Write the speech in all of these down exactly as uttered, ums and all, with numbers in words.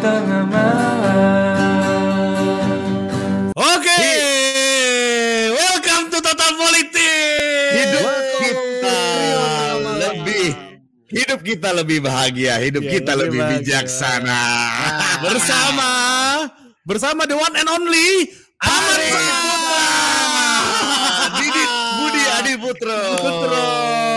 tengah malam. Oke, welcome to Total Politik. Hidup kita lebih, hidup kita lebih bahagia, hidup Ya, kita lebih, lebih bijaksana. Bersama, bersama the one and only Paman Ari Putra, Didit Budi Adi Putro. Putro.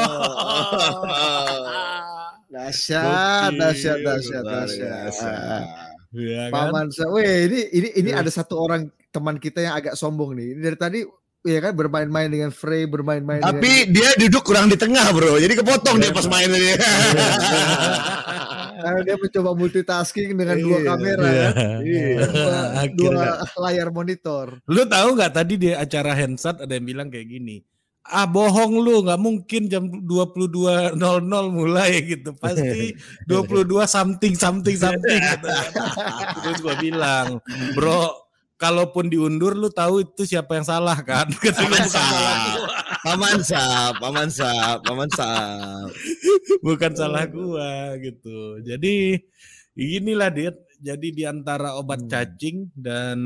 Dahsyat, dahsyat, dahsyat, Luar dahsyat. biasa. Ya kan? Paman, Sa- weh ini ini ini Ya. ada satu orang teman kita yang agak sombong nih. Ini dari tadi ya kan bermain-main dengan Frey, bermain-main Tapi dia duduk kurang di tengah, bro. Jadi kepotong dia pas main tadi. karena dia mencoba multitasking dengan dua Iya, kamera iya. kan. Iya. Dua, dua Akhirnya. layar monitor. Lu tahu nggak tadi di acara Handsat ada yang bilang kayak gini, ah bohong lu, nggak mungkin jam dua puluh dua nol nol mulai gitu, pasti dua puluh dua something something something gitu. Terus gua bilang, bro, kalaupun diundur lu tahu itu siapa yang salah kan? Kata lu, Paman bukan salah Sap, gua. Paman Sap, Paman Sap, Paman Sap. Bukan salah gua gitu. Jadi inilah Dit. Jadi di antara obat Hmm. cacing dan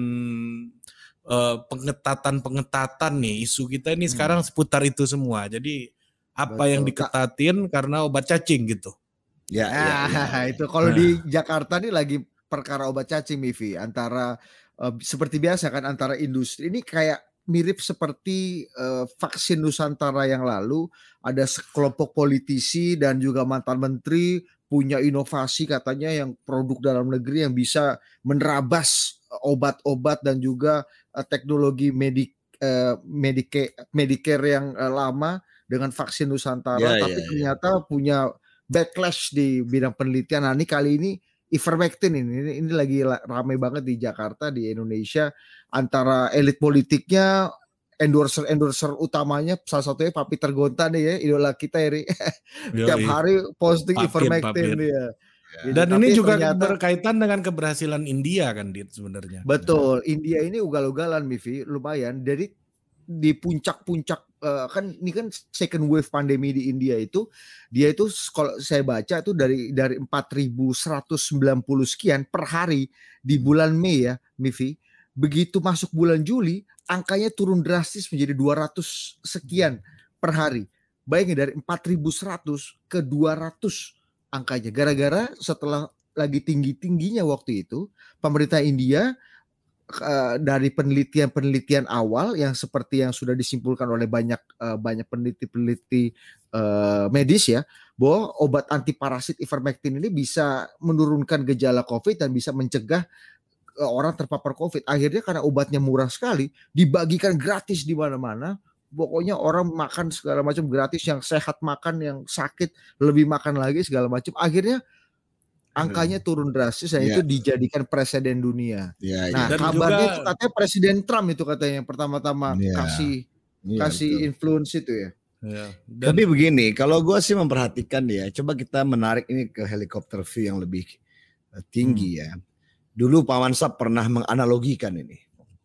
eh, pengetatan-pengetatan nih, isu kita ini Hmm. sekarang seputar itu semua. Jadi apa yang Betul. diketatin karena obat cacing gitu. Ya, ya, ya. Nah, itu kalau Nah. di Jakarta nih lagi perkara obat cacing, Mivi, antara eh, seperti biasa kan antara industri ini kayak mirip seperti eh, vaksin Nusantara yang lalu, ada sekelompok politisi dan juga mantan menteri punya inovasi katanya yang produk dalam negeri yang bisa menerabas eh, obat-obat dan juga eh, teknologi medik eh, medike Medicare yang eh, lama dengan vaksin Nusantara, Ya, tapi ya, ya. ternyata punya backlash di bidang penelitian. Nah, ini kali ini ivermectin ini, ini ini lagi la- ramai banget di Jakarta, di Indonesia, antara elit politiknya, endorser endorser utamanya salah satunya Pak Peter Gonta nih ya, idola kita ya, Ri. Tiap Yoi. hari posting Papir, ivermectin papir. dia. Gitu. Dan Tapi ini juga ternyata- berkaitan dengan keberhasilan India kan Dit sebenarnya. Betul, India ini ugal-ugalan, Mivi, lumayan. Dari di puncak-puncak eh, kan ini kan second wave pandemi di India itu, dia itu kalau saya baca itu dari dari empat ribu seratus sembilan puluh sekian per hari di bulan Mei ya, Mivi. Begitu masuk bulan Juli, angkanya turun drastis menjadi dua ratus sekian per hari. Bayangin dari empat ribu seratus ke dua ratus angkanya. Gara-gara setelah lagi tinggi-tingginya waktu itu, pemerintah India eh, dari penelitian-penelitian awal yang seperti yang sudah disimpulkan oleh banyak eh, banyak peneliti-peneliti eh, medis ya, bahwa obat antiparasit ivermectin ini bisa menurunkan gejala COVID dan bisa mencegah eh, orang terpapar COVID. Akhirnya karena obatnya murah sekali, dibagikan gratis di mana-mana. Pokoknya orang makan segala macam gratis, yang sehat makan, yang sakit lebih makan lagi segala macam. Akhirnya angkanya turun drastis dan Ya. itu dijadikan presiden dunia. Ya, Nah, ya. Dan kabarnya juga- itu katanya Presiden Trump itu katanya yang pertama-tama Iya. kasih Iya, kasih betul. influence itu ya. Ya. Dan Tapi begini, kalau gue sih memperhatikan ya, coba kita menarik ini ke helikopter view yang lebih eh, tinggi ya. Dulu Pak Mansap pernah menganalogikan ini.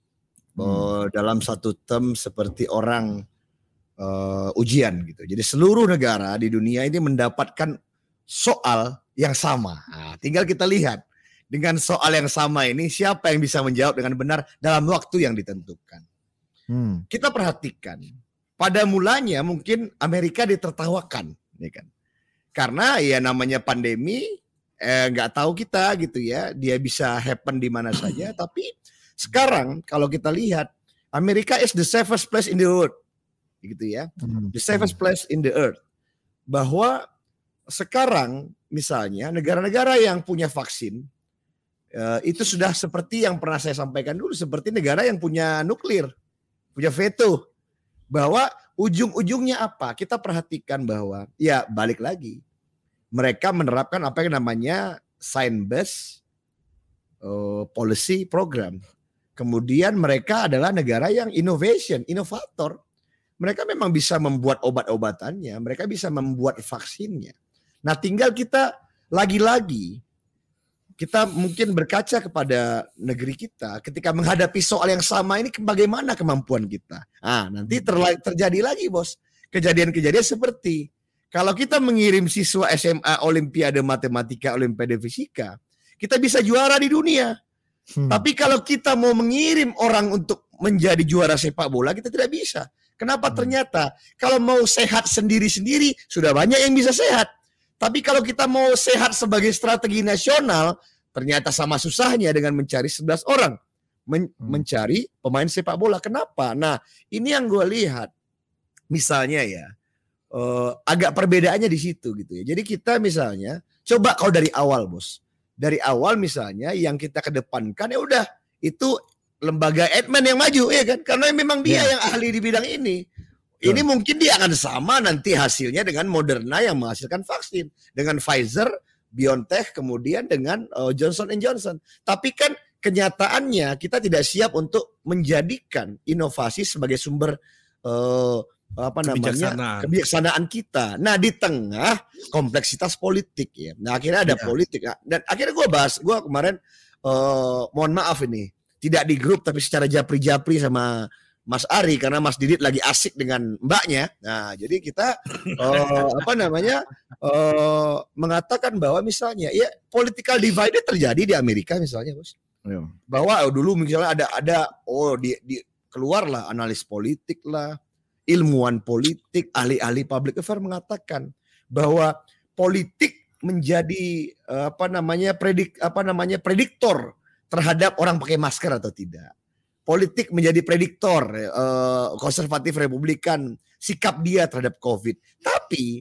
Bahwa dalam satu term seperti orang eh, ujian gitu. Jadi seluruh negara di dunia ini mendapatkan soal yang sama. Nah, tinggal kita lihat dengan soal yang sama ini siapa yang bisa menjawab dengan benar dalam waktu yang ditentukan. Kita perhatikan, pada mulanya mungkin Amerika ditertawakan, ya kan? Karena ya namanya pandemi, eh, nggak tahu kita gitu ya, dia bisa happen di mana saja. Tapi sekarang kalau kita lihat, Amerika is the safest place in the world, gitu ya, the safest place in the earth. Bahwa sekarang misalnya negara-negara yang punya vaksin eh, itu sudah seperti yang pernah saya sampaikan dulu, seperti negara yang punya nuklir, punya veto. Bahwa ujung-ujungnya apa? Kita perhatikan bahwa ya balik lagi. Mereka menerapkan apa yang namanya science-based uh, policy program. Kemudian mereka adalah negara yang innovation, inovator. Mereka memang bisa membuat obat-obatannya, mereka bisa membuat vaksinnya. Nah, tinggal kita lagi-lagi kita mungkin berkaca kepada negeri kita ketika menghadapi soal yang sama ini, bagaimana kemampuan kita. Ah, nanti terla- terjadi lagi, Bos. Kejadian-kejadian seperti kalau kita mengirim siswa S M A Olimpiade Matematika, Olimpiade Fisika kita bisa juara di dunia. Hmm. Tapi kalau kita mau mengirim orang untuk menjadi juara sepak bola, kita tidak bisa. Kenapa? Hmm. Ternyata kalau mau sehat sendiri-sendiri, sudah banyak yang bisa sehat. Tapi kalau kita mau sehat sebagai strategi nasional, ternyata sama susahnya dengan mencari sebelas orang. Men- hmm. Mencari pemain sepak bola. Kenapa? Nah, ini yang gue lihat. Misalnya ya, uh, agak perbedaannya di situ gitu ya. Jadi kita misalnya, coba kalau dari awal bos. Dari awal misalnya yang kita kedepankan ya udah, itu lembaga Eijkman yang maju ya kan. Karena memang dia yeah. yang ahli di bidang ini. Ini hmm. mungkin dia akan sama nanti hasilnya dengan Moderna yang menghasilkan vaksin. Dengan Pfizer, BioNTech, kemudian dengan uh, Johnson and Johnson. Tapi kan kenyataannya kita tidak siap untuk menjadikan inovasi sebagai sumber uh, apa namanya kebijaksanaan kita. Nah di tengah kompleksitas politik ya. Nah akhirnya ada ya. politik. Dan akhirnya gue bahas, gue kemarin uh, mohon maaf ini tidak di grup tapi secara japri-japri sama Mas Ari karena Mas Didit lagi asik dengan mbaknya. Nah, jadi kita uh, apa namanya uh, mengatakan bahwa misalnya ya political divide terjadi di Amerika misalnya, Bos. Ya. Bahwa oh, dulu misalnya ada ada oh di, di keluarlah analis politik lah, ilmuwan politik, ahli-ahli public affairs mengatakan bahwa politik menjadi uh, apa namanya predik apa namanya prediktor terhadap orang pakai masker atau tidak. Politik menjadi prediktor eh, konservatif Republikan sikap dia terhadap COVID. Tapi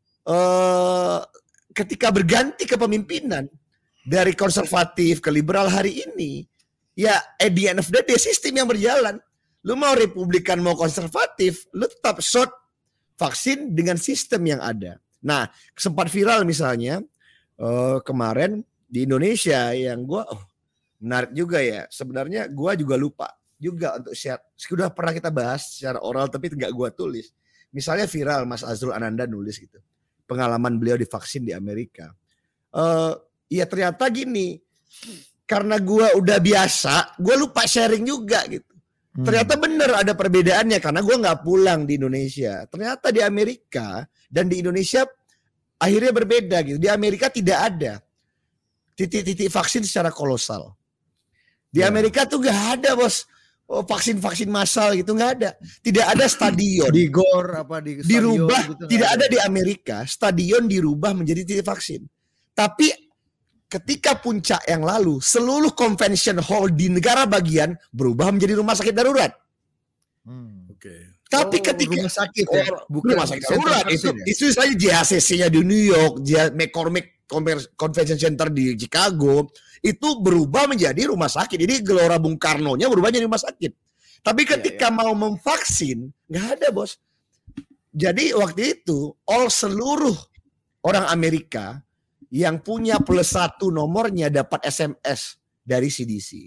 eh, ketika berganti kepemimpinan dari konservatif ke liberal hari ini, ya at the end of the day sistem yang berjalan. Lu mau Republikan mau konservatif, lu tetap short vaksin dengan sistem yang ada. Nah sempat viral misalnya eh, kemarin di Indonesia yang gue oh, menarik juga ya. Sebenarnya gue juga lupa juga untuk share. Sudah pernah kita bahas secara oral tapi tidak gue tulis. Misalnya viral Mas Azrul Ananda nulis gitu. Pengalaman beliau divaksin di Amerika. Uh, ya ternyata gini. Karena gue udah biasa, gue lupa sharing juga gitu. Hmm. Ternyata benar ada perbedaannya karena gue nggak pulang di Indonesia. Ternyata di Amerika dan di Indonesia akhirnya berbeda gitu. Di Amerika tidak ada titik-titik vaksin secara kolosal. Di Amerika tuh gak ada bos oh, vaksin-vaksin massal gitu gak ada. Tidak ada stadion di gor apa di stadion, dirubah gitu, tidak ada. ada di Amerika stadion dirubah menjadi titik vaksin. Tapi ketika puncak yang lalu seluruh convention hall di negara bagian berubah menjadi rumah sakit darurat. Hmm, Oke. Okay. Tapi oh, ketika rumah sakit ya, bukan rumah sakit darurat itu ya? Itu saja J H C C-nya di New York, McCormick Convention Center di Chicago itu berubah menjadi rumah sakit. Jadi Gelora Bung Karno-nya berubah menjadi rumah sakit. Tapi ketika ya, ya. mau memvaksin, nggak ada bos. Jadi waktu itu all seluruh orang Amerika yang punya plus satu nomornya dapat S M S dari C D C.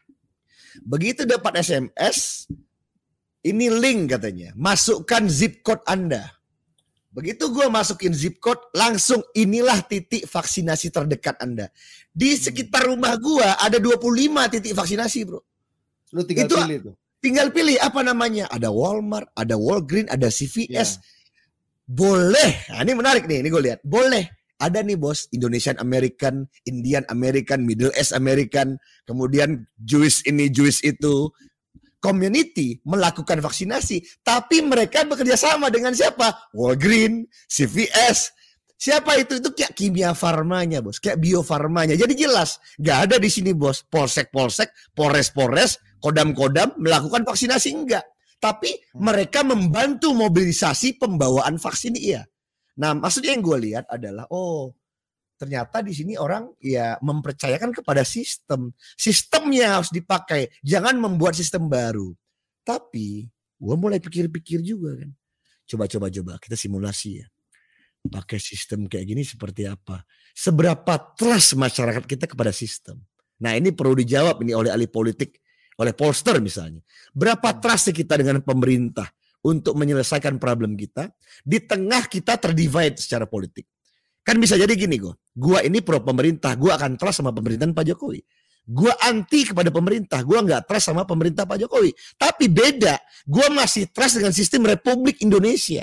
Begitu dapat S M S, ini link katanya, masukkan zip code Anda. Begitu gue masukin zip code, langsung inilah titik vaksinasi terdekat Anda. Di sekitar rumah gue ada dua puluh lima titik vaksinasi bro. Lu tinggal itu, pilih tuh. Tinggal pilih apa namanya. Ada Walmart, ada Walgreens, ada C V S. Yeah. Boleh, nah, ini menarik nih, ini gue lihat. Boleh, ada nih bos, Indonesian American, Indian American, Middle East American, kemudian Jewish ini, Jewish itu. Community melakukan vaksinasi, tapi mereka bekerja sama dengan siapa? Walgreens, C V S. Siapa itu? Itu kayak kimia farmanya, bos. Kayak bio farmanya. Jadi jelas, nggak ada di sini, bos. Polsek-polsek, Polres-Polres, Kodam-Kodam melakukan vaksinasi enggak. Tapi hmm. mereka membantu mobilisasi pembawaan vaksin iya. Nah, maksudnya yang gue lihat adalah, oh, ternyata di sini orang ya mempercayakan kepada sistem. Sistemnya harus dipakai. Jangan membuat sistem baru. Tapi gue mulai pikir-pikir juga kan. Coba-coba-coba kita simulasi ya. Pakai sistem kayak gini seperti apa. Seberapa trust masyarakat kita kepada sistem. Nah ini perlu dijawab ini oleh ahli politik. Oleh pollster misalnya. Berapa trust kita dengan pemerintah untuk menyelesaikan problem kita. Di tengah kita terdivide secara politik. Kan bisa jadi gini gue, gue ini pro pemerintah, gue akan trust sama pemerintahan Pak Jokowi. Gue anti kepada pemerintah, gue gak trust sama pemerintah Pak Jokowi. Tapi beda, gue masih trust dengan sistem Republik Indonesia.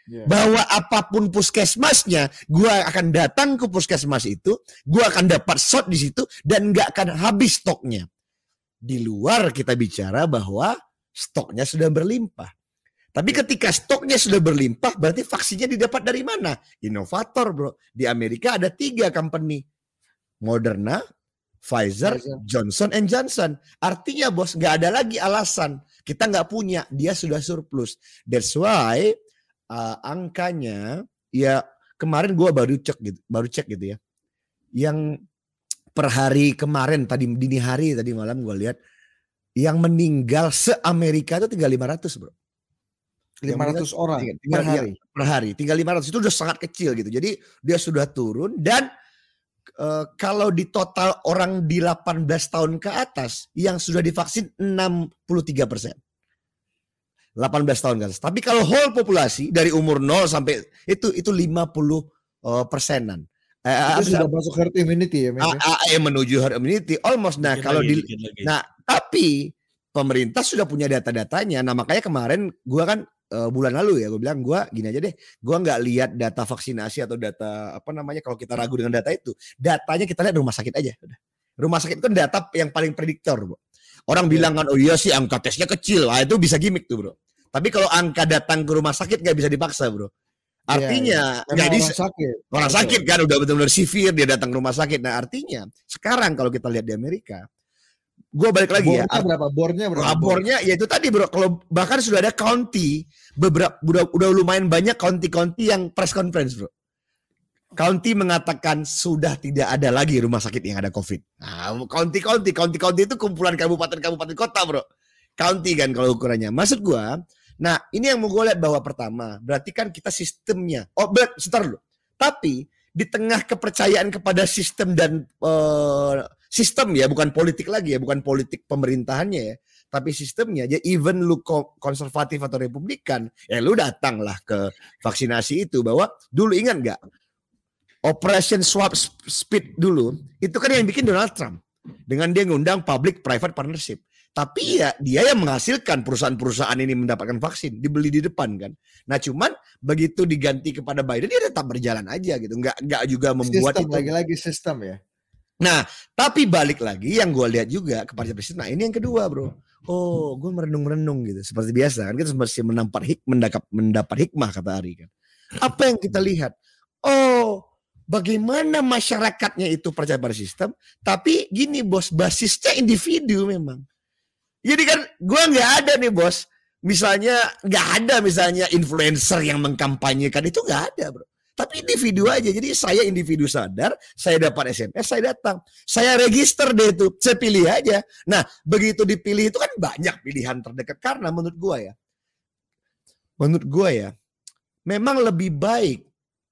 Yeah. Bahwa apapun puskesmasnya, gue akan datang ke puskesmas itu, gue akan dapat shot di situ dan nggak akan habis stoknya. Di luar kita bicara bahwa stoknya sudah berlimpah. Tapi ketika stoknya sudah berlimpah, berarti vaksinnya didapat dari mana? Inovator, bro. Di Amerika ada tiga company, Moderna, Pfizer, Pfizer. Johnson and Johnson. Artinya bos, nggak ada lagi alasan kita nggak punya, dia sudah surplus. That's why Uh, angkanya ya kemarin gue baru cek gitu, baru cek gitu ya. Yang per hari kemarin tadi dini hari tadi malam gue lihat yang meninggal se-Amerika itu tinggal lima ratus, bro. lima ratus orang tinggal, tinggal, per hari. Ya, per hari tinggal lima ratus, itu udah sangat kecil gitu. Jadi dia sudah turun dan uh, kalau di total orang di delapan belas tahun ke atas yang sudah divaksin enam puluh tiga persen. delapan belas tahun kan. Tapi kalau whole populasi dari umur nol sampai itu itu lima puluh persenan. Itu sudah masuk herd immunity ya, A A E menuju herd immunity almost. Nah, dikit kalau lagi, di Nah, tapi pemerintah sudah punya data-datanya. Nah, makanya kemarin gua kan uh, bulan lalu ya gua bilang gua gini aja deh. Gua nggak lihat data vaksinasi atau data apa namanya kalau kita ragu dengan data itu. Datanya kita lihat rumah sakit aja. Rumah sakit itu kan data yang paling prediktor, bro. Orang bilang kan, oh iya sih angka tesnya kecil. Wah, itu bisa gimmick tuh, bro. Tapi kalau angka datang ke rumah sakit nggak bisa dipaksa, bro. Artinya ya, ya. Jadi, orang sakit, orang sakit kan udah betul-betul severe dia datang ke rumah sakit. Nah artinya sekarang kalau kita lihat di Amerika, gue balik lagi bornya ya. Berapa bornya berapa? Bornya ya itu tadi, bro. Kalau bahkan sudah ada county beberapa udah, udah lumayan banyak county-county yang press conference, bro. County mengatakan sudah tidak ada lagi rumah sakit yang ada COVID. Nah, county-county, county-county itu kumpulan kabupaten-kabupaten kota, bro. County kan kalau ukurannya. Maksud gue. Nah, ini yang mau gue lihat bahwa pertama, berarti kan kita sistemnya. Oh, ber, sebentar dulu. Tapi di tengah kepercayaan kepada sistem dan uh, sistem ya, bukan politik lagi ya, bukan politik pemerintahannya ya, tapi sistemnya. Jadi even lu konservatif atau republikan, ya lu datanglah ke vaksinasi itu. Bahwa dulu ingat nggak, Operation Swap Speed dulu, itu kan yang bikin Donald Trump dengan dia ngundang public private partnership. Tapi ya dia yang menghasilkan perusahaan-perusahaan ini mendapatkan vaksin, dibeli di depan kan. Nah cuman begitu diganti kepada Biden dia tetap berjalan aja gitu, nggak nggak juga membuat sistem, itu. Lagi-lagi sistem ya. Nah tapi balik lagi yang gue lihat juga kepada presiden. Nah ini yang kedua, bro. Oh gue merenung-merenung gitu seperti biasa kan, kita masih mendapat hik mendapat mendapat hikmah kata Ari kan. Apa yang kita lihat? Oh bagaimana masyarakatnya itu percaya pada sistem, tapi gini bos, basisnya individu memang. Jadi kan gue nggak ada nih bos, misalnya nggak ada misalnya influencer yang mengkampanyekan, itu nggak ada, bro. Tapi individu aja. Jadi saya individu sadar, saya dapat S M S, saya datang, saya register deh itu, saya pilih aja. Nah begitu dipilih itu kan banyak pilihan terdekat, karena menurut gue ya, menurut gue ya, memang lebih baik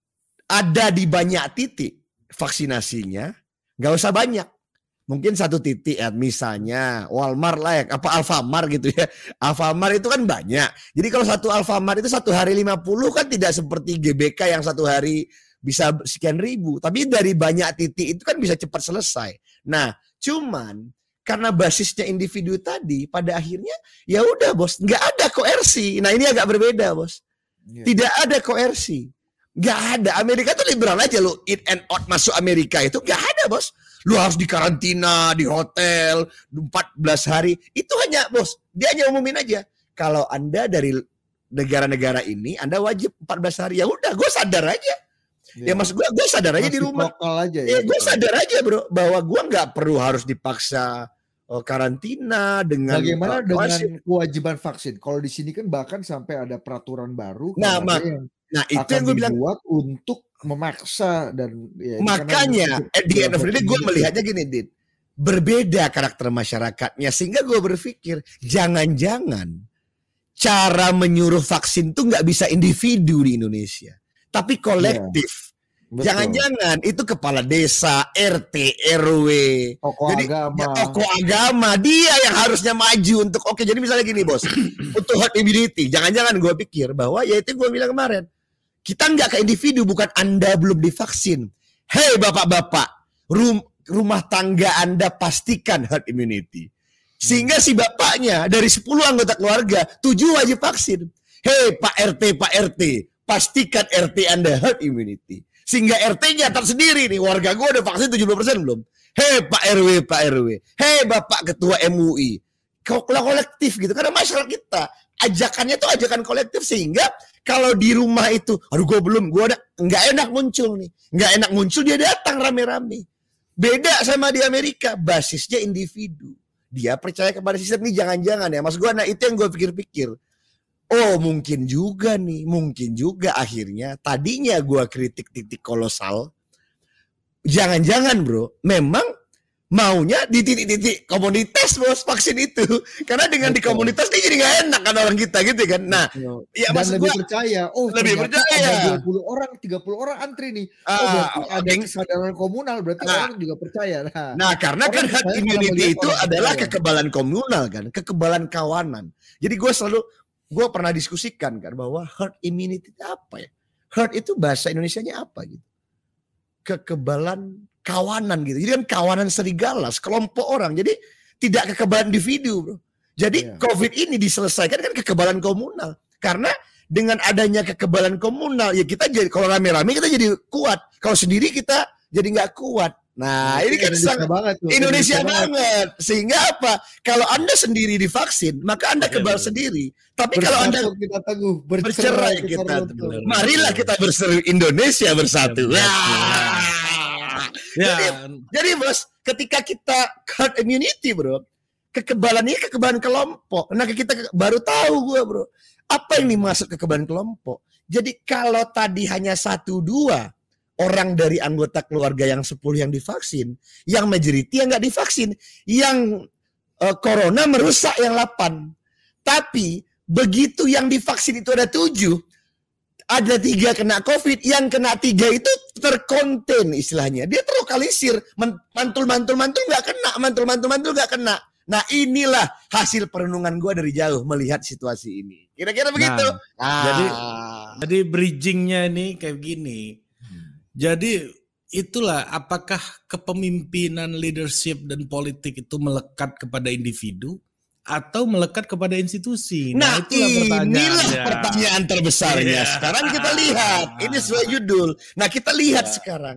ada di banyak titik vaksinasinya, nggak usah banyak. Mungkin satu titik ya, misalnya Walmart lah ya, apa Alfamart gitu ya. Alfamart itu kan banyak. Jadi kalau satu Alfamart itu satu hari lima puluh kan tidak seperti G B K yang satu hari bisa sekian ribu. Tapi dari banyak titik itu kan bisa cepat selesai. Nah, cuman karena basisnya individu tadi, pada akhirnya ya udah bos, nggak ada koersi. Nah ini agak berbeda bos. Tidak ada koersi. Nggak ada. Amerika tuh liberal aja lo. In and out masuk Amerika itu nggak ada bos. Lu harus di karantina, di hotel, empat belas hari. Itu hanya, bos, dia hanya umumin aja. Kalau Anda dari negara-negara ini, Anda wajib empat belas hari. Ya udah, gue sadar aja. Ya, ya maksud gue, gue sadar aja di rumah. Aja, ya, ya gue sadar aja, bro. Bahwa gue gak perlu harus dipaksa uh, karantina dengan... Bagaimana uh, dengan vaksin. Kewajiban vaksin? Kalau di sini kan bahkan sampai ada peraturan baru. Nah, mak yang nah itu yang gue bilang. Untuk memaksa dan ya, makanya at the end of the day gue melihatnya gini, Dit, berbeda karakter masyarakatnya, sehingga gue berpikir jangan-jangan cara menyuruh vaksin tuh nggak bisa individu di Indonesia, tapi kolektif. Ya, jangan-jangan itu kepala desa, R T, R W, tokoh jadi agama. Ya, tokoh agama dia yang harusnya maju untuk oke. Jadi misalnya gini bos, untuk herd immunity, jangan-jangan gue pikir bahwa ya itu gue bilang kemarin. Kita nggak ke individu, bukan Anda belum divaksin. Hei bapak-bapak, rum, rumah tangga Anda pastikan herd immunity. Sehingga si bapaknya dari sepuluh anggota keluarga, tujuh wajib vaksin. Hei Pak R T, Pak R T, pastikan R T Anda herd immunity. Sehingga R T-nya tersendiri nih, warga gue udah vaksin tujuh puluh persen belum? Hei Pak R W, Pak R W. Hei Bapak Ketua M U I. Kolektif gitu. Karena masyarakat kita, ajakannya tuh ajakan kolektif. Sehingga kalau di rumah itu, aduh gue belum, gue nggak enak muncul nih. Nggak enak muncul, dia datang rame-rame. Beda sama di Amerika, basisnya individu. Dia percaya kepada sistem ini, jangan-jangan ya. Mas gue, nah itu yang gue pikir-pikir. Oh mungkin juga nih, mungkin juga akhirnya tadinya gue kritik titik kolosal. Jangan-jangan bro, memang maunya di titik-titik komunitas bos vaksin itu. Karena dengan Betul. Di komunitas dia jadi gak enak kan orang kita gitu kan. Nah, ya dan maksud lebih gua, percaya. Oh lebih percaya. Ada dua puluh orang, tiga puluh orang antri nih. Oh ah, berarti ada okay. kesadaran komunal, berarti nah, orang juga percaya. Nah, nah karena kan herd immunity itu adalah percaya. Kekebalan komunal kan, kekebalan kawanan. Jadi gue selalu gue pernah diskusikan kan bahwa herd immunity itu apa ya? Herd itu bahasa Indonesianya apa gitu? Kekebalan kawanan gitu. Jadi kan kawanan serigala, sekelompok orang. Jadi tidak kekebalan individu, bro. Jadi yeah. COVID ini diselesaikan kan kekebalan komunal. Karena dengan adanya kekebalan komunal, ya kita jadi kalau rame-rame kita jadi kuat. Kalau sendiri kita jadi nggak kuat. Nah, nah ini kan Indonesia sangat banget, Indonesia, Indonesia banget. banget. Sehingga apa? Kalau Anda sendiri divaksin, maka Anda kebal ya, sendiri. Tapi bersatu kalau Anda kita teguh, bercerai, bercerai kita, kita marilah kita berseru Indonesia bersatu. Ya, ya. Jadi, jadi bos, ketika kita herd immunity, bro, kekebalan ini kekebalan kelompok. Nah, kita baru tahu gue, bro, apa yang dimaksud kekebalan kelompok. Jadi kalau tadi hanya satu dua orang dari anggota keluarga yang sepuluh yang divaksin, yang majority yang nggak divaksin, yang uh, corona merusak yang delapan. Tapi begitu yang divaksin itu ada tujuh, ada tiga kena COVID, yang kena tiga itu terkonten istilahnya. Dia terlokalisir, mantul-mantul-mantul nggak kena, mantul-mantul-mantul nggak kena. Nah inilah hasil perenungan gue dari jauh melihat situasi ini. Kira-kira begitu. Nah, nah. Jadi, jadi bridgingnya ini kayak gini. Jadi itulah apakah kepemimpinan leadership dan politik itu melekat kepada individu atau melekat kepada institusi? Nah, nah itulah pertanyaan. Inilah pertanyaan terbesarnya. Yeah. Sekarang kita lihat, ini sesuai judul. Nah kita lihat yeah. sekarang.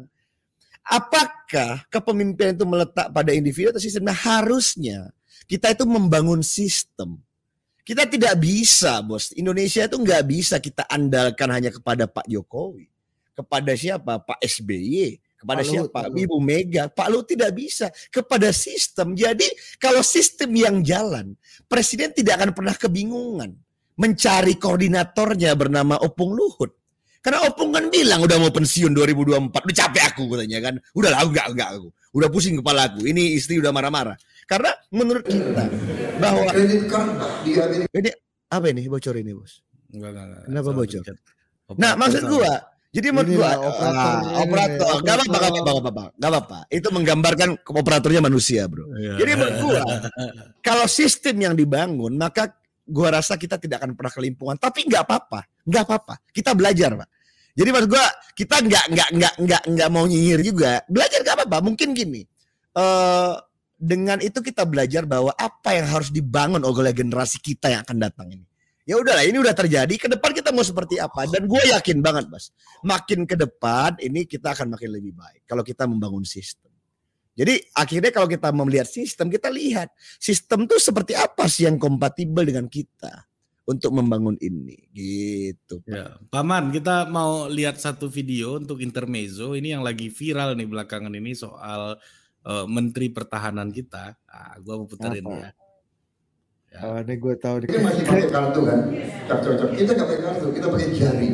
Apakah kepemimpinan itu meletak pada individu atau sistem? Nah harusnya kita itu membangun sistem. Kita tidak bisa bos, Indonesia itu nggak bisa kita andalkan hanya kepada Pak Jokowi. Kepada siapa? Pak S B Y. Kepada Pak siapa? Luhut, Ibu Mega. Pak Luhut tidak bisa. Kepada sistem. Jadi kalau sistem yang jalan, Presiden tidak akan pernah kebingungan mencari koordinatornya bernama Opung Luhut. Karena Opung kan bilang udah mau pensiun dua ribu dua puluh empat. Udah capek aku katanya kan. Udah lah, enggak, enggak aku. Udah pusing kepala aku. Ini istri udah marah-marah. Karena menurut kita bahwa ini apa ini bocor ini bos? Enggak, enggak, enggak. Kenapa bocor? Nah maksud gua, jadi menurut gua operator, ah, operator, nggak apa-apa, nggak apa-apa, nggak apa-apa. Itu menggambarkan operatornya manusia, bro. Ya. Jadi menurut gua, kalau sistem yang dibangun, maka gua rasa kita tidak akan pernah kelimpungan. Tapi nggak apa-apa, nggak apa-apa. Kita belajar, Pak. Jadi maksud gua, kita nggak nggak nggak nggak nggak mau nyinyir juga. Belajar nggak apa-apa. Mungkin gini, uh, dengan itu kita belajar bahwa apa yang harus dibangun oleh generasi kita yang akan datang ini. Ya udahlah, ini udah terjadi. Ke depan kita mau seperti apa? Dan gue yakin banget, Mas. Makin ke depan ini kita akan makin lebih baik kalau kita membangun sistem. Jadi akhirnya kalau kita melihat sistem, kita lihat sistem tuh seperti apa sih yang kompatibel dengan kita untuk membangun ini, gitu. Ya, Paman, kita mau lihat satu video untuk intermezzo. Ini yang lagi viral nih belakangan ini soal uh, Menteri Pertahanan kita. Nah, gue mau putarin ya. Ya. Oh, ini gue tahu. Kita masih pakai kartu kan? Cocok-cocok. Kita nggak pakai kartu, kita pakai jari.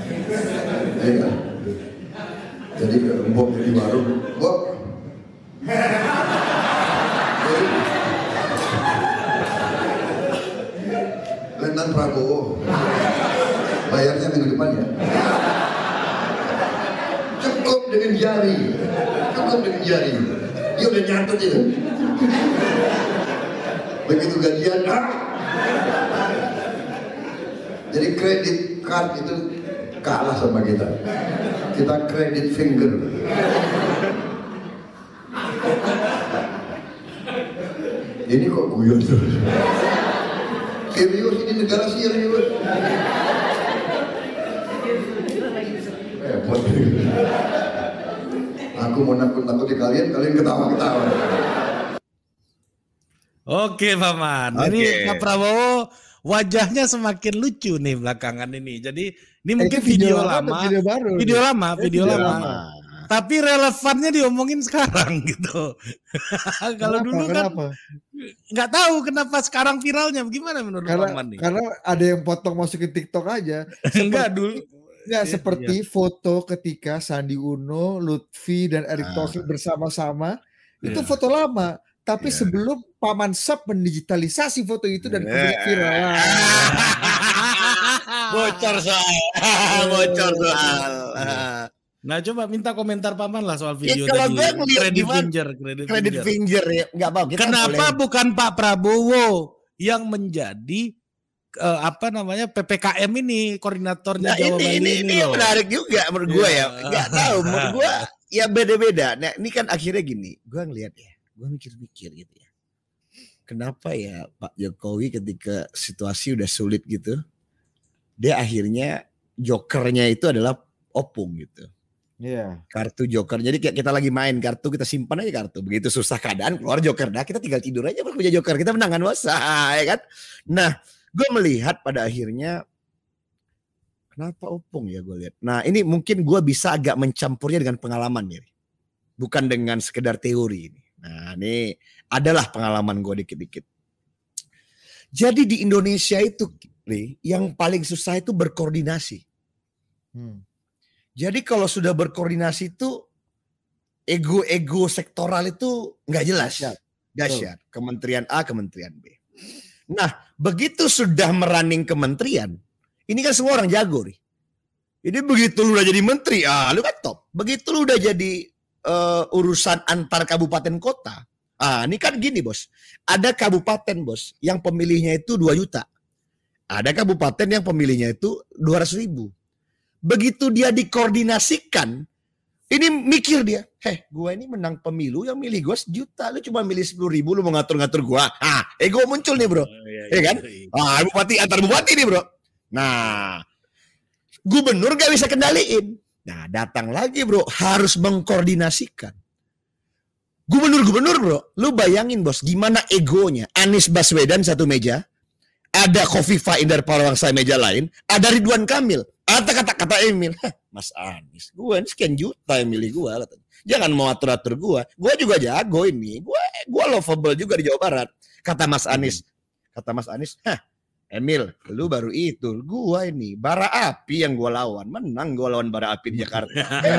Ya kan? Jadi mbok di warung, mbok. Lendan Prabowo. Bayarnya minggu depan ya. Cukup dengan jari. Cukup dengan jari. Dia udah nyatet itu. Begitu gajian, ah. Jadi kredit card itu kalah sama kita. Kita kredit finger. Ini kok guyon terus. Serius, ini negara serius. repot. Aku mau nakut-nakuti kalian, kalian ketawa-ketawa. Oke, Paman. Oke. Ini Pak Prabowo wajahnya semakin lucu nih belakangan ini. Jadi ini mungkin Itu video, lama lama, atau video baru. video nih? lama, Eh, video video lama. lama. Tapi relevannya diomongin sekarang gitu. Kalau Kenapa? dulu kan Kenapa? nggak tahu kenapa sekarang viralnya. Gimana menurut Karena Paman nih? karena ada yang potong masukin TikTok aja. Enggak dulu. Nggak Iya, seperti foto ketika Sandi Uno, Lutfi dan Erick Ah. Thohir bersama-sama. Itu Iya. foto lama. Tapi Iya. sebelum Paman Sap mendigitalisasi foto itu dan Iya. kemudian viral. Bocor soal. Bocor soal. Nah, coba minta komentar Paman lah soal Ya, video kalau tadi. gue ngeliat Credit gimana- finger, credit, Kredit finger. finger ya, nggak mau. Kita Kenapa boleh. bukan Pak Prabowo yang menjadi eh, apa namanya P P K M ini koordinatornya Nah Jawa ini Bali ini, ini, ini loh. menarik juga menurut gue Iya. ya. Nggak tahu menurut gue ya beda-beda. Nah ini kan akhirnya gini, gue ngelihat ya, gue mikir-mikir gitu ya. Kenapa ya Pak Jokowi ketika situasi udah sulit gitu, dia akhirnya jokernya itu adalah opung gitu. Iya. Kartu joker. Jadi kayak kita lagi main kartu, kita simpan aja kartu. Begitu susah keadaan keluar joker. Nah kita tinggal tidur aja punya joker. Kita menang kan bos. Ah, ya kan. Nah gue melihat pada akhirnya kenapa opung ya gue lihat. Nah ini mungkin gue bisa agak mencampurnya dengan pengalaman ya. Bukan dengan sekedar teori ini. Nah ini adalah pengalaman gue dikit-dikit. Jadi di Indonesia itu Ri, yang paling susah itu berkoordinasi. Hmm. Jadi kalau sudah berkoordinasi itu ego-ego sektoral itu nggak jelas. Dahsyat. Dahsyat. Kementerian A, Kementerian B. Nah, begitu sudah merunning kementerian, ini kan semua orang jago nih. Jadi begitu lu udah jadi menteri, ah lu kan top. Begitu lu udah jadi uh, urusan antar kabupaten kota, ah ini kan gini bos. Ada kabupaten bos yang pemilihnya itu dua juta. Ada kabupaten yang pemilihnya itu dua ratus ribu. Begitu dia dikoordinasikan, ini mikir dia, heh gue ini menang pemilu yang milih gue sejuta, lu cuma milih sepuluh ribu, lu mau ngatur-ngatur gue. Ah, ego muncul nih bro, Oh, iya, ya kan? iya. Ah, bupati antar bupati nih bro. Nah, gubernur gak bisa kendaliin. Nah, datang lagi bro, harus mengkoordinasikan. Gubernur-gubernur bro, lu bayangin bos, gimana egonya. Anies Baswedan satu meja, ada Khofifah Indar Parawansa meja lain, ada Ridwan Kamil. Kata kata kata Emil, Mas Anies, gue ini sekian juta yang milih gue, katanya. Jangan mau atur-atur gue, gue juga jago ini, gue gue lovable juga di Jawa Barat. Kata Mas Anies, kata Mas Anies, hah, Emil, lu baru itu, gue ini bara api yang gue lawan, menang gue lawan bara api di Jakarta.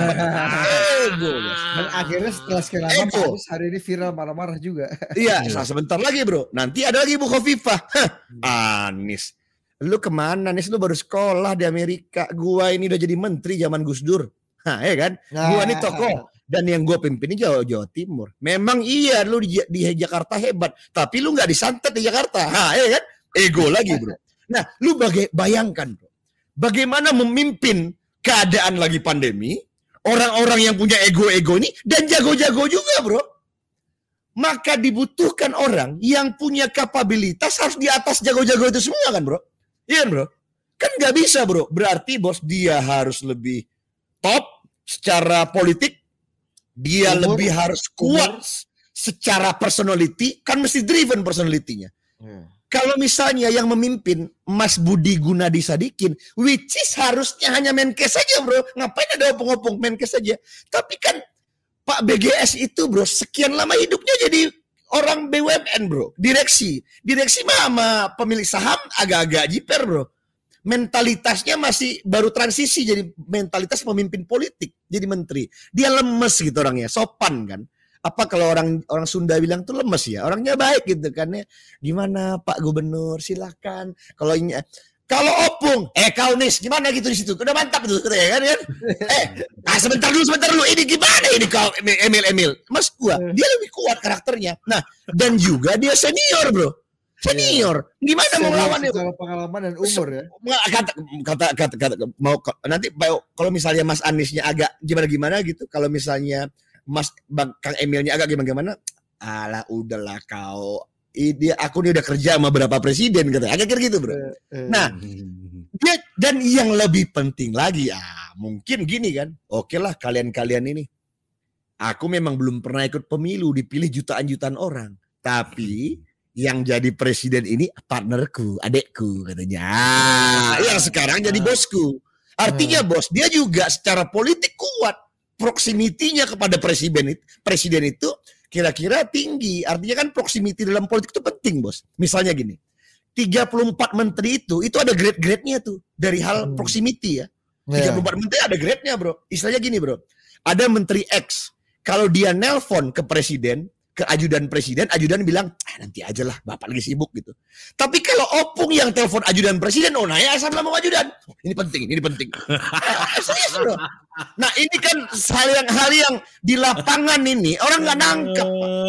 Ego, bos. Dan akhirnya setelah sekian lama Ego. Pak Anies hari ini viral marah-marah juga. Iya, nah, sebentar lagi bro. Nanti ada lagi Bu Khofifah. Hah, Anies. Lu kemana Anies? Lu baru sekolah di Amerika. Gua ini udah jadi menteri zaman Gus Dur. Hah, ya kan? Gua ini tokoh. Dan yang gua pimpin ini Jawa, Jawa Timur. Memang iya lu di, di Jakarta hebat. Tapi lu gak disantet di Jakarta. Hah, ya kan? Ego lagi bro. Nah, lu baga- bayangkan bro. Bagaimana memimpin keadaan lagi pandemi. Orang-orang yang punya ego-ego ini. Dan jago-jago juga bro. Maka dibutuhkan orang yang punya kapabilitas harus di atas jago-jago itu semua kan bro. Iya kan bro? Kan gak bisa bro. Berarti bos dia harus lebih top secara politik. Dia Umur, lebih harus kuat secara personality. Kan mesti driven personality-nya. Kalau misalnya yang memimpin Mas Budi Gunadi Sadikin, which is harusnya hanya Menkes saja bro. Ngapain ada opung-opung Menkes saja. Tapi kan Pak B G S itu bro, sekian lama hidupnya jadi orang B U M N bro. Direksi. Direksi mah sama pemilik saham agak-agak jiper bro. Mentalitasnya masih baru transisi jadi mentalitas pemimpin politik. Jadi menteri. Dia lemes gitu orangnya, sopan kan. Apa kalau orang orang Sunda bilang tuh lemes ya. Orangnya baik gitu kan ya. Gimana Pak Gubernur silakan. Kalau ini kalau opung, eh kau Nis, gimana gitu di situ? Udah mantap itu ya kan kan? Eh, ah sebentar dulu, sebentar dulu. Ini gimana ini kau Emil Emil? Mas gua, dia lebih kuat karakternya. Nah, dan juga dia senior, Bro. Senior. Gimana mau lawan dia? Secara pengalaman dan umur ya. Kata kata kata, kata mau nanti kalau misalnya Mas Anisnya agak gimana-gimana gitu, kalau misalnya Mas Bang Kang Emilnya agak gimana-gimana, alah udahlah kau dia aku ini udah kerja sama berapa presiden katanya. Agak kira gitu, Bro. Nah, dia dan yang lebih penting lagi, ah, mungkin gini kan. Oke lah kalian-kalian ini. Aku memang belum pernah ikut pemilu, dipilih jutaan-jutaan orang. Tapi yang jadi presiden ini partnerku, adekku katanya. Ah, yang sekarang jadi bosku. Artinya bos, dia juga secara politik kuat. Proximity-nya kepada presiden itu, presiden itu kira-kira tinggi. Artinya kan proximity dalam politik itu penting, bos. Misalnya gini, tiga puluh empat menteri itu, itu ada grade-grade-nya tuh. Dari hal proximity ya. tiga puluh empat menteri ada grade-nya, bro. Istilahnya gini, bro. Ada menteri X. Kalau dia nelpon ke presiden, ke ajudan presiden, ajudan bilang, ah, nanti aja lah, bapak lagi sibuk gitu. Tapi kalau opung yang telepon ajudan presiden, oh nanya asal nama ajudan. Oh, ini penting, ini penting. Nah, serius bro. Nah ini kan hal yang hal yang di lapangan ini orang nggak nangkep,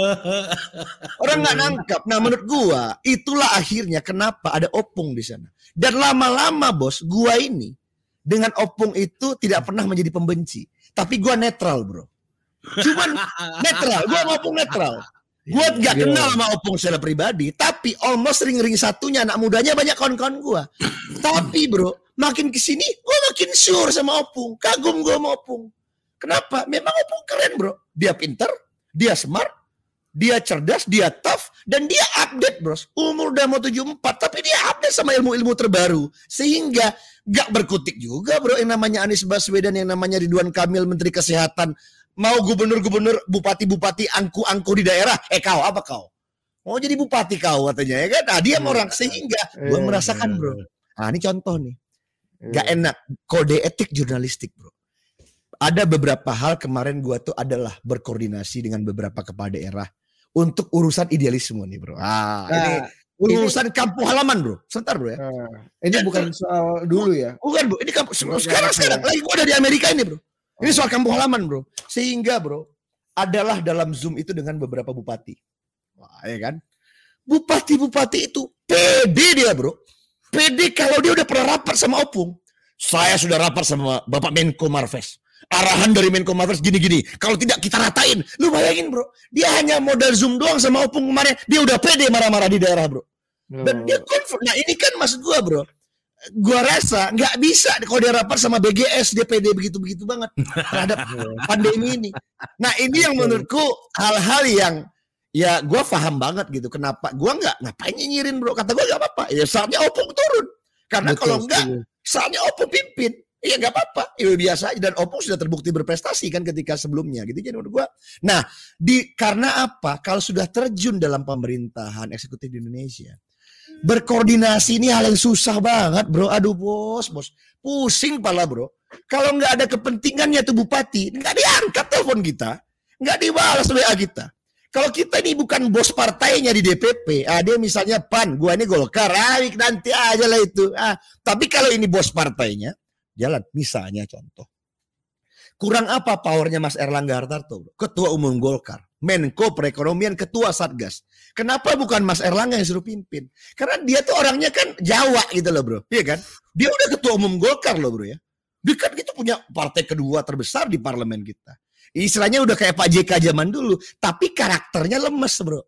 orang nggak nangkep. Nah menurut gua itulah akhirnya kenapa ada opung di sana. Dan lama-lama bos, gua ini dengan opung itu tidak pernah menjadi pembenci, tapi gua netral bro. Cuman netral, gue mau opung netral. Gue gak kenal sama opung secara pribadi, tapi almost ring-ring satunya anak mudanya banyak kawan-kawan gue. Tapi bro, makin kesini gue makin sure sama opung, kagum gue sama opung. Kenapa? Memang opung keren bro. Dia pinter, dia smart, dia cerdas, dia tough, dan dia update bro. Umur udah mau tujuh puluh empat, tapi dia update sama ilmu-ilmu terbaru. Sehingga gak berkutik juga bro yang namanya Anies Baswedan, yang namanya Ridwan Kamil, Menteri Kesehatan. Mau gubernur-gubernur, bupati-bupati, angku-angku di daerah. Eh kau, apa kau? Mau jadi bupati kau katanya ya kan? Nah dia orang sehingga gue merasakan bro. Nah ini contoh nih. Gak enak. Kode etik jurnalistik bro. Ada beberapa hal kemarin gue tuh adalah berkoordinasi dengan beberapa kepala daerah. Untuk urusan idealisme nih bro. Ah, nah, ini urusan ini, kampung halaman bro. Sebentar bro ya. Nah, ini ya, bukan soal dulu ya. Bukan bro. Ini kampung, sekarang-sekarang. Lagi gue ada di Amerika ini bro. Ini soal kampung halaman bro. Sehingga bro, adalah dalam Zoom itu dengan beberapa bupati. Wah ya kan. Bupati-bupati itu pede dia bro. Pede kalau dia udah pernah rapat sama opung. Saya sudah rapat sama Bapak Menko Marves. Arahan dari Menko Marves gini-gini. Kalau tidak kita ratain. Lu bayangin bro. Dia hanya modal Zoom doang sama opung kemarin. Dia udah pede marah-marah di daerah bro. Dan dia confirm. Nah ini kan maksud gua bro. Gua rasa nggak bisa kalau dia rapat sama B G S D P D begitu-begitu banget terhadap pandemi ini. Nah ini yang menurutku hal-hal yang ya gua paham banget gitu. Kenapa gua nggak ngapain nyinyirin bro? Kata gua nggak apa-apa. Ya saatnya opung turun. Karena betul, kalau enggak saatnya opung pimpin. Ya nggak apa-apa. Ya biasa aja. Dan opung sudah terbukti berprestasi kan ketika sebelumnya gitu. Jadi menurut gua. Nah di karena apa? Kalau sudah terjun dalam pemerintahan eksekutif di Indonesia. Berkoordinasi ini hal yang susah banget bro. Aduh bos, bos pusing pala bro. Kalau nggak ada kepentingannya tuh bupati, nggak diangkat telepon kita, nggak dibalas W A kita. Kalau kita ini bukan bos partainya di D P P, ah dia misalnya P A N, gua ini Golkar, ah nanti aja lah itu. Ah tapi kalau ini bos partainya, jalan. Misalnya contoh, kurang apa powernya Mas Erlangga Hartarto, bro? Ketua Umum Golkar, Menko Perekonomian, Ketua Satgas. Kenapa bukan Mas Erlangga yang suruh pimpin? Karena dia tuh orangnya kan Jawa gitu loh bro. Iya kan? Dia udah Ketua Umum Golkar loh bro ya. Dia kan gitu punya partai kedua terbesar di parlemen kita. Istilahnya udah kayak Pak J K zaman dulu. Tapi karakternya lemes bro.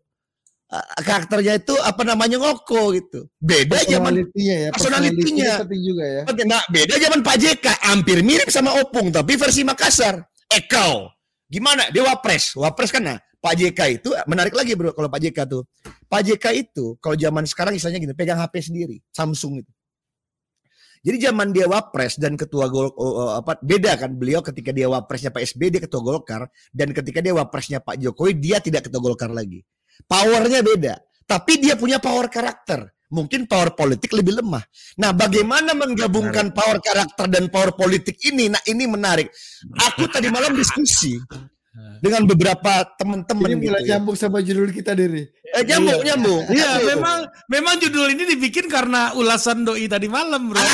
Karakternya itu apa namanya ngoko gitu. Beda zaman ya, personalitinya. juga ya. Nah, beda zaman Pak J K. Hampir mirip sama Opung tapi versi Makassar. Eh kau. Gimana? Dia wapres. Wapres kan nah. Pak J K itu menarik lagi bro kalau Pak J K tuh. Pak J K itu kalau zaman sekarang misalnya gini, pegang H P sendiri, Samsung itu. Jadi zaman dia wapres dan ketua Gol uh, apa beda kan beliau ketika dia wapresnya Pak S B Y dia ketua Golkar dan ketika dia wapresnya Pak Jokowi dia tidak ketua Golkar lagi. Powernya beda, tapi dia punya power karakter. Mungkin power politik lebih lemah. Nah, bagaimana menggabungkan power karakter dan power politik ini? Nah, ini menarik. Aku tadi malam diskusi dengan beberapa teman-teman gitu mulai ya. Nyambung sama judul kita Diri. Eh, nyambung, iya. nyambung. Iya, memang memang judul ini dibikin karena ulasan doi tadi malam, bro.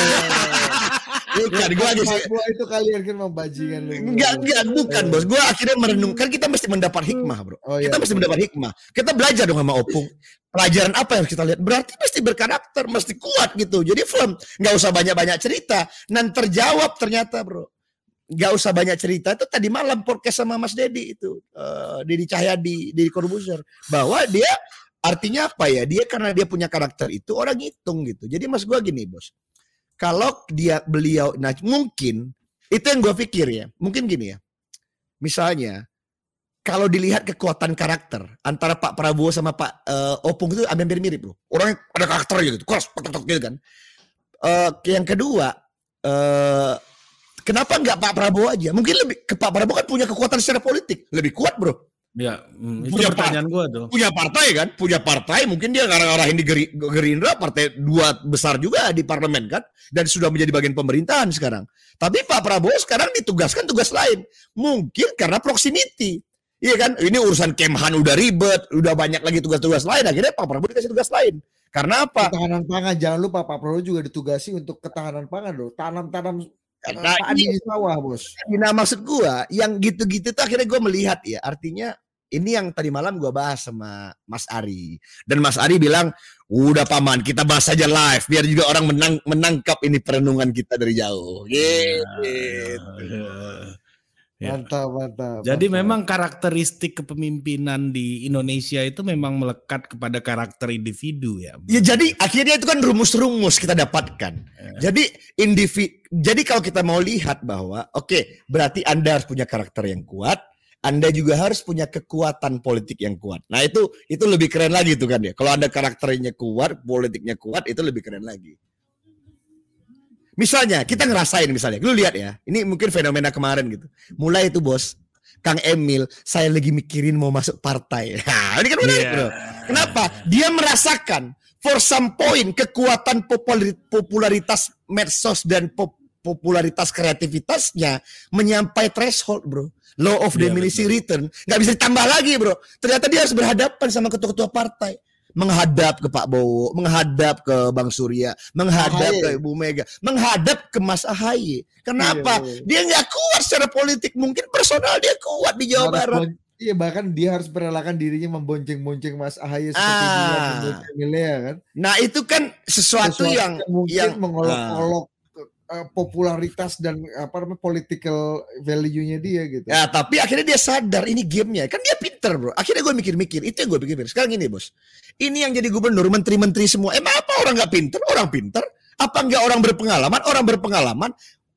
Bukan, gua aja sih. Gua itu kalian kan membajingan lu. Enggak, enggak, bukan, Bos. Gua akhirnya merenungkan kita mesti mendapat hikmah, Bro. Oh, iya, kita mesti mendapat hikmah. Kita belajar dong sama Opung. Pelajaran apa yang kita lihat? Berarti mesti berkarakter, mesti kuat gitu. Jadi film enggak usah banyak-banyak cerita, dan terjawab ternyata, Bro. Gak usah banyak cerita. Itu tadi malam podcast sama Mas Dedi itu uh, Dedi Cahyadi, Deddy Corbuzier, bahwa dia Artinya apa ya? Dia karena dia punya karakter itu orang hitung gitu. Jadi mas gue gini bos, kalau dia beliau, nah mungkin itu yang gue pikir ya. Mungkin gini ya. Misalnya kalau dilihat kekuatan karakter antara Pak Prabowo sama Pak uh, Opung itu hampir mirip bro. Orangnya ada karakternya gitu, keras, gitu kan. Uh, yang kedua, uh, kenapa nggak Pak Prabowo aja? Mungkin lebih ke Pak Prabowo kan punya kekuatan secara politik lebih kuat bro. Ya, hmm, itu punya pertanyaan gue tuh. Punya partai kan, punya partai. Mungkin dia ngarah-ngarahin di Geri, Gerindra, partai dua besar juga di parlemen kan, dan sudah menjadi bagian pemerintahan sekarang. Tapi Pak Prabowo sekarang ditugaskan tugas lain, mungkin karena proximity. Iya kan, ini urusan Kemhan udah ribet, udah banyak lagi tugas-tugas lain. Akhirnya Pak Prabowo dikasih tugas lain. Karena apa? Ketahanan pangan, jangan lupa Pak Prabowo juga ditugasi untuk ketahanan pangan loh. Tanam-tanam Nah, padi di sawah bos. Nah maksud gua yang gitu-gitu tuh akhirnya gua melihat ya, artinya ini yang tadi malam gua bahas sama Mas Ari, dan Mas Ari bilang udah paman kita bahas aja live biar juga orang menang, menangkap ini perenungan kita dari jauh. Gitu. Ya. Mantap, mantap. Jadi mantap. memang karakteristik kepemimpinan di Indonesia itu memang melekat kepada karakter individu ya. Ya jadi akhirnya itu kan rumus-rumus kita dapatkan. Ya. Jadi individu. Jadi kalau kita mau lihat bahwa oke, okay, berarti Anda harus punya karakter yang kuat, Anda juga harus punya kekuatan politik yang kuat. Nah, itu itu lebih keren lagi tuh kan ya. Kalau Anda karakternya kuat, politiknya kuat, itu lebih keren lagi. Misalnya, kita ngerasain misalnya, lu lihat ya, ini mungkin fenomena kemarin gitu. Mulai itu bos, Kang Emil, saya lagi mikirin mau masuk partai. Nah, ini kan menarik yeah. bro. Kenapa? Dia merasakan for some point kekuatan popularitas medsos dan pop, popularitas kreativitasnya menyampai threshold bro. Law of diminishing yeah, return. Gak bisa ditambah lagi bro. Ternyata dia harus berhadapan sama ketua-ketua partai. Menghadap ke Pak Bowo, menghadap ke Bang Surya, menghadap Ahaye. ke Ibu Mega, menghadap ke Mas Ahaye. Kenapa? Iya, iya. Dia nggak kuat secara politik, mungkin personal dia kuat di Jawa harus Barat. Iya, bahkan dia harus merelakan dirinya membonceng-bonceng Mas Ahaye seperti ah. dia membonceng Milea kan. Nah itu kan sesuatu, sesuatu yang mungkin yang mengolok-olok uh, popularitas dan apa namanya political value-nya dia gitu. Ya tapi akhirnya dia sadar ini gamenya, kan dia pinter bro. Akhirnya gue mikir-mikir, itu yang gue pikir. Sekarang ini bos. Ini yang jadi gubernur, menteri-menteri semua. Emang apa orang nggak pinter? Orang pinter. Apa nggak orang berpengalaman? Orang berpengalaman.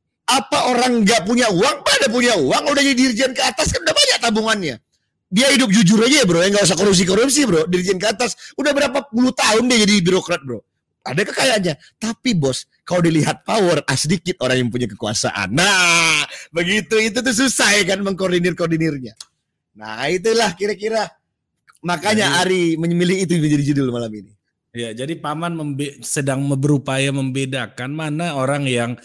Apa orang nggak punya uang? Pada punya uang. Udah jadi dirjen ke atas kan udah banyak tabungannya. Dia hidup jujur aja bro. Nggak usah korupsi-korupsi bro. Dirjen ke atas. Udah berapa puluh tahun dia jadi birokrat bro. Ada kekayaannya. Tapi bos, kalau dilihat power, ah sedikit orang yang punya kekuasaan. Nah, begitu itu tuh susah ya kan mengkoordinir-koordinirnya. Nah, itulah kira-kira. Makanya Ari memilih itu menjadi judul malam ini. Ya, jadi Paman membe- sedang berupaya membedakan mana orang yang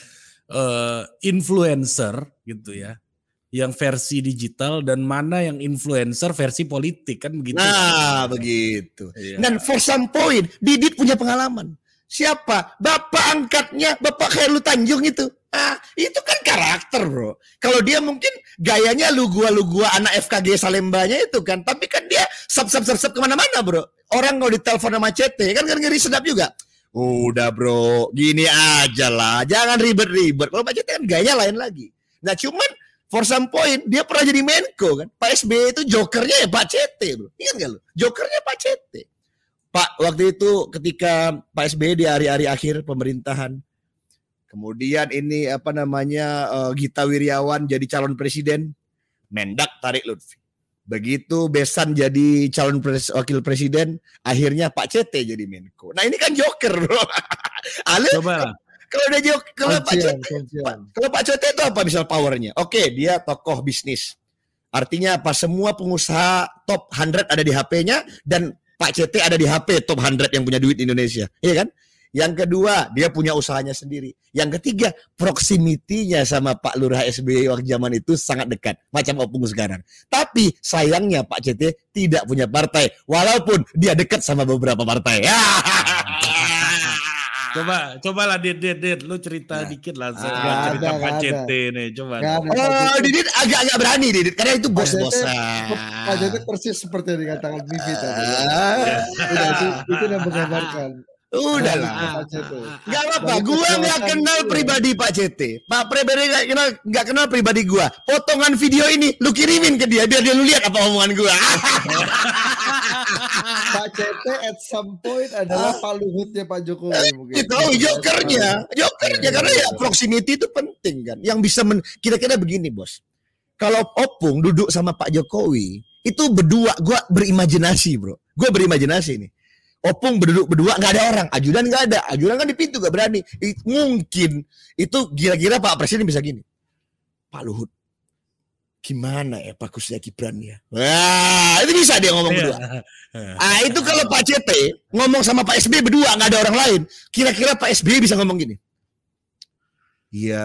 uh, influencer gitu ya, yang versi digital dan mana yang influencer versi politik kan begitu. Nah, kan? Begitu. Ya. Dan for some point, Didit punya pengalaman. Siapa? Bapak angkatnya, Bapak Khairul Tanjung itu. Ah, itu kan karakter bro. Kalau dia mungkin gayanya lu gua lu gua anak F K G Salembanya itu kan, tapi kan dia sap sap sap sap kemana-mana bro. Orang kalau ditelepon sama C T kan kan ngeri sedap juga. Udah bro, gini aja lah, jangan ribet-ribet. Kalau Pak C T kan gayanya lain lagi. Nah cuman for some point dia pernah jadi Menko kan. Pak S B Y itu jokernya ya Pak C T bro. Ingat nggak lu? Jokernya Pak C T. Pak waktu itu ketika Pak S B Y di hari-hari akhir pemerintahan. Kemudian ini apa namanya uh, Gita Wirjawan jadi calon presiden, Mendak Tarik Lutfi. Begitu Besan jadi calon pres- wakil presiden, akhirnya Pak C T jadi Menko. Nah ini kan joker bro. Ale, coba kalau ada joker, kalau Pak C T, Pak, kalau Pak C T itu apa misal powernya? Oke, dia tokoh bisnis. Artinya apa? Semua pengusaha top seratus ada di H P-nya dan Pak C T ada di H P top seratus yang punya duit di Indonesia. Iya kan? Yang kedua, dia punya usahanya sendiri. Yang ketiga, proximity-nya sama Pak Lurah S B Y waktu zaman itu sangat dekat. Macam Opung sekarang. Tapi sayangnya Pak C T tidak punya partai. Walaupun dia dekat sama beberapa partai. Coba, cobalah Dit, Dit, Dit. Lu cerita nah, dikit lah. Saya ah, cerita ada, Pak C T nih. Coba. Oh, Didit agak-agak berani Didit. Karena itu bos-bosan. Pak C T persis seperti yang dikatakan Vivi tadi. Udah, itu, itu yang menggambarkan. Udah lah, nggak apa-apa. Gua nggak kenal pribadi Pak C T. Pak pribadi nggak kenal, nggak kenal pribadi gua. Potongan video ini lu kirimin ke dia biar dia lu lihat apa omongan gua. Pak C C T at some point adalah Pak Luhutnya Pak Jokowi mungkin. Itu jokernya, jokernya karena ya proximity itu penting kan. Yang bisa men, kira-kira begini bos. Kalau Opung duduk sama Pak Jokowi, itu berdua, gue berimajinasi bro. Gue berimajinasi nih. Opung berduduk berdua, nggak ada orang. Ajudan nggak ada. Ajudan kan di pintu nggak berani. It, mungkin itu kira-kira Pak Presiden bisa gini. Pak Luhut, gimana ya bagusnya Gibran ya? Wah, itu bisa dia ngomong berdua. Ah itu kalau Pak C T ngomong sama Pak S B Y berdua, nggak ada orang lain. Kira-kira Pak S B Y bisa ngomong gini. Ya,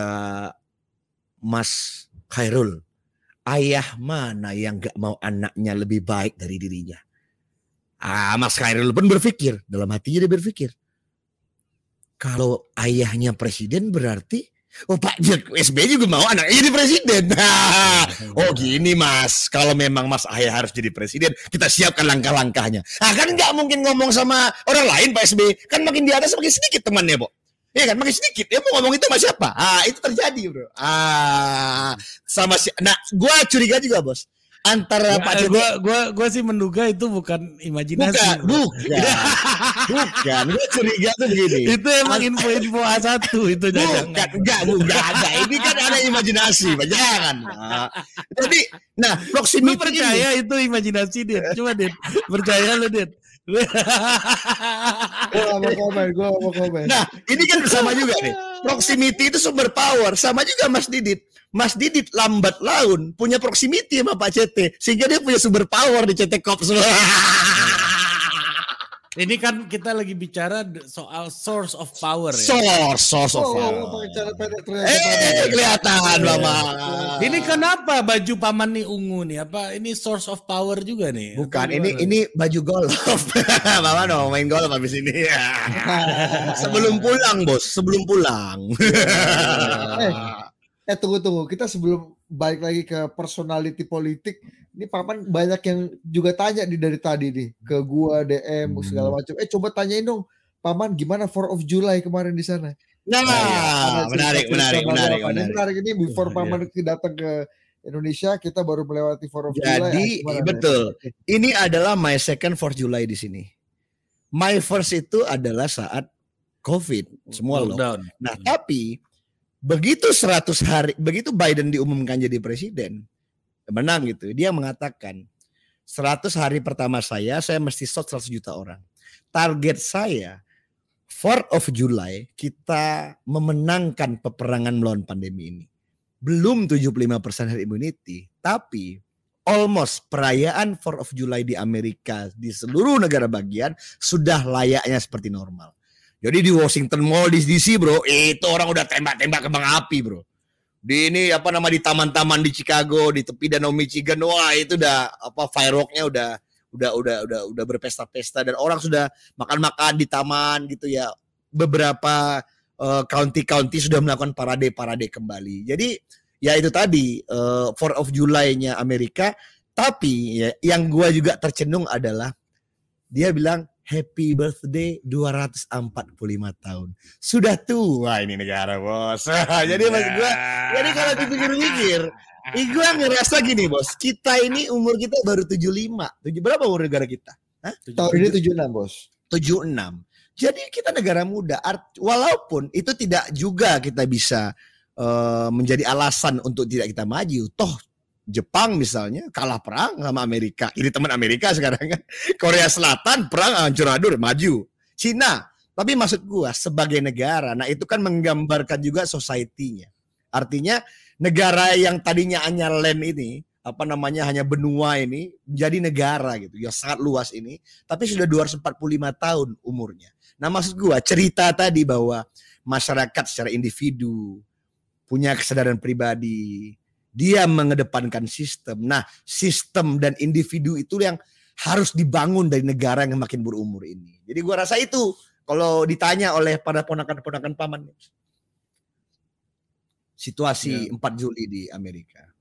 Mas Khairul, ayah mana yang nggak mau anaknya lebih baik dari dirinya? Ah, Mas Khairul pun berpikir, dalam hatinya dia berpikir, kalau ayahnya presiden berarti oh Pak S B Y juga mau anaknya jadi presiden. Oh gini Mas, kalau memang Mas Ahy harus jadi presiden, kita siapkan langkah-langkahnya. Ah kan nggak mungkin ngomong sama orang lain Pak S B Y, kan makin di atas makin sedikit temannya, Bo. Iya kan, makin sedikit. Dia mau ngomong itu sama siapa? Ah itu terjadi bro. Ah sama si, nah gue curiga juga bos. Antara ya, Pak C T, gua gua gua sih menduga itu bukan imajinasi. Bukan, bukan. Bukan, gue curiga tuh begini. Itu emang info-info A satu itu jangan. Bukan, enggak, enggak ada. Ini kan ada imajinasi, jangan. Nah, jadi, nah, proximity Lu percaya ini, itu imajinasi, Dit? Coba, Dit. Percaya lu, Dit. Gue gak mau komen, gue gak mau komen. Nah, ini kan sama juga nih. Proximity itu sumber power. Sama juga Mas Didit. Mas Didit lambat laun punya proximity sama Pak C T. Sehingga dia punya sumber power di C T Corp. Ini kan kita lagi bicara soal source of power ya. Source, source of Oh, power. pakai cara pendek Eh, kelihatan Mama. Ini kenapa baju paman nih ungu nih? Apa ini source of power juga nih? Bukan, Apa ini gimana? ini baju golf. Mama no main golf habis ini. Sebelum pulang, Bos. Sebelum pulang. Eh, eh tunggu tunggu. Kita sebelum balik lagi ke personality politik, ini Paman banyak yang juga tanya nih dari tadi nih ke gua D M segala macam. Eh coba tanyain dong, Paman gimana fourth of July kemarin di sana? Nah, Ada menarik, cerita-cerita menarik, baru menarik, apa? Ini menarik. menarik ini before Iya. Paman datang ke Indonesia, kita baru melewati fourth of July. Jadi Ah, gimana, betul. Nes? Ini adalah my second fourth July di sini. My first itu adalah saat COVID, semua loh. Lockdown. Nah, tapi begitu seratus hari, begitu Biden diumumkan jadi presiden, menang gitu. Dia mengatakan seratus hari pertama saya, saya mesti shot seratus juta orang. Target saya fourth of July kita memenangkan peperangan melawan pandemi ini. Belum tujuh puluh lima persen herd immunity, tapi almost perayaan fourth of July di Amerika di seluruh negara bagian sudah layaknya seperti normal. Jadi di Washington Mall di D C bro, itu orang udah tembak-tembak kembang api bro. Di ini apa nama di taman-taman di Chicago, di tepi danau Michigan, wah itu udah apa fireworknya udah udah udah udah udah berpesta-pesta dan orang sudah makan-makan di taman gitu ya. Beberapa uh, county-county sudah melakukan parade-parade kembali. Jadi ya itu tadi uh, fourth of July-nya Amerika. Tapi ya, yang gua juga tercenung adalah dia bilang happy birthday dua ratus empat puluh lima tahun. Sudah tua ini negara, Bos. Jadi maksud gua, jadi kalau dipikir-pikir, ih gua ngerasa gini, Bos. Kita ini umur kita baru tujuh puluh lima. Tujuh berapa umur negara kita? Hah? Tahun ini tujuh puluh enam, Bos. tujuh puluh enam. Jadi kita negara muda. Art, walaupun itu tidak juga kita bisa uh, menjadi alasan untuk tidak kita maju. Toh Jepang misalnya kalah perang sama Amerika. Ini teman Amerika sekarang kan. Korea Selatan perang hancur adul maju. Cina. Tapi maksud gua sebagai negara, nah itu kan menggambarkan juga society-nya. Artinya negara yang tadinya hanya land ini, apa namanya hanya benua ini menjadi negara gitu. Ya sangat luas ini, tapi sudah dua ratus empat puluh lima tahun umurnya. Nah maksud gua cerita tadi bahwa masyarakat secara individu punya kesadaran pribadi. Dia mengedepankan sistem. Nah, sistem dan individu itu yang harus dibangun dari negara yang makin berumur ini. Jadi gua rasa itu kalau ditanya oleh para ponakan-ponakan paman. Situasi Ya. empat Juli di Amerika.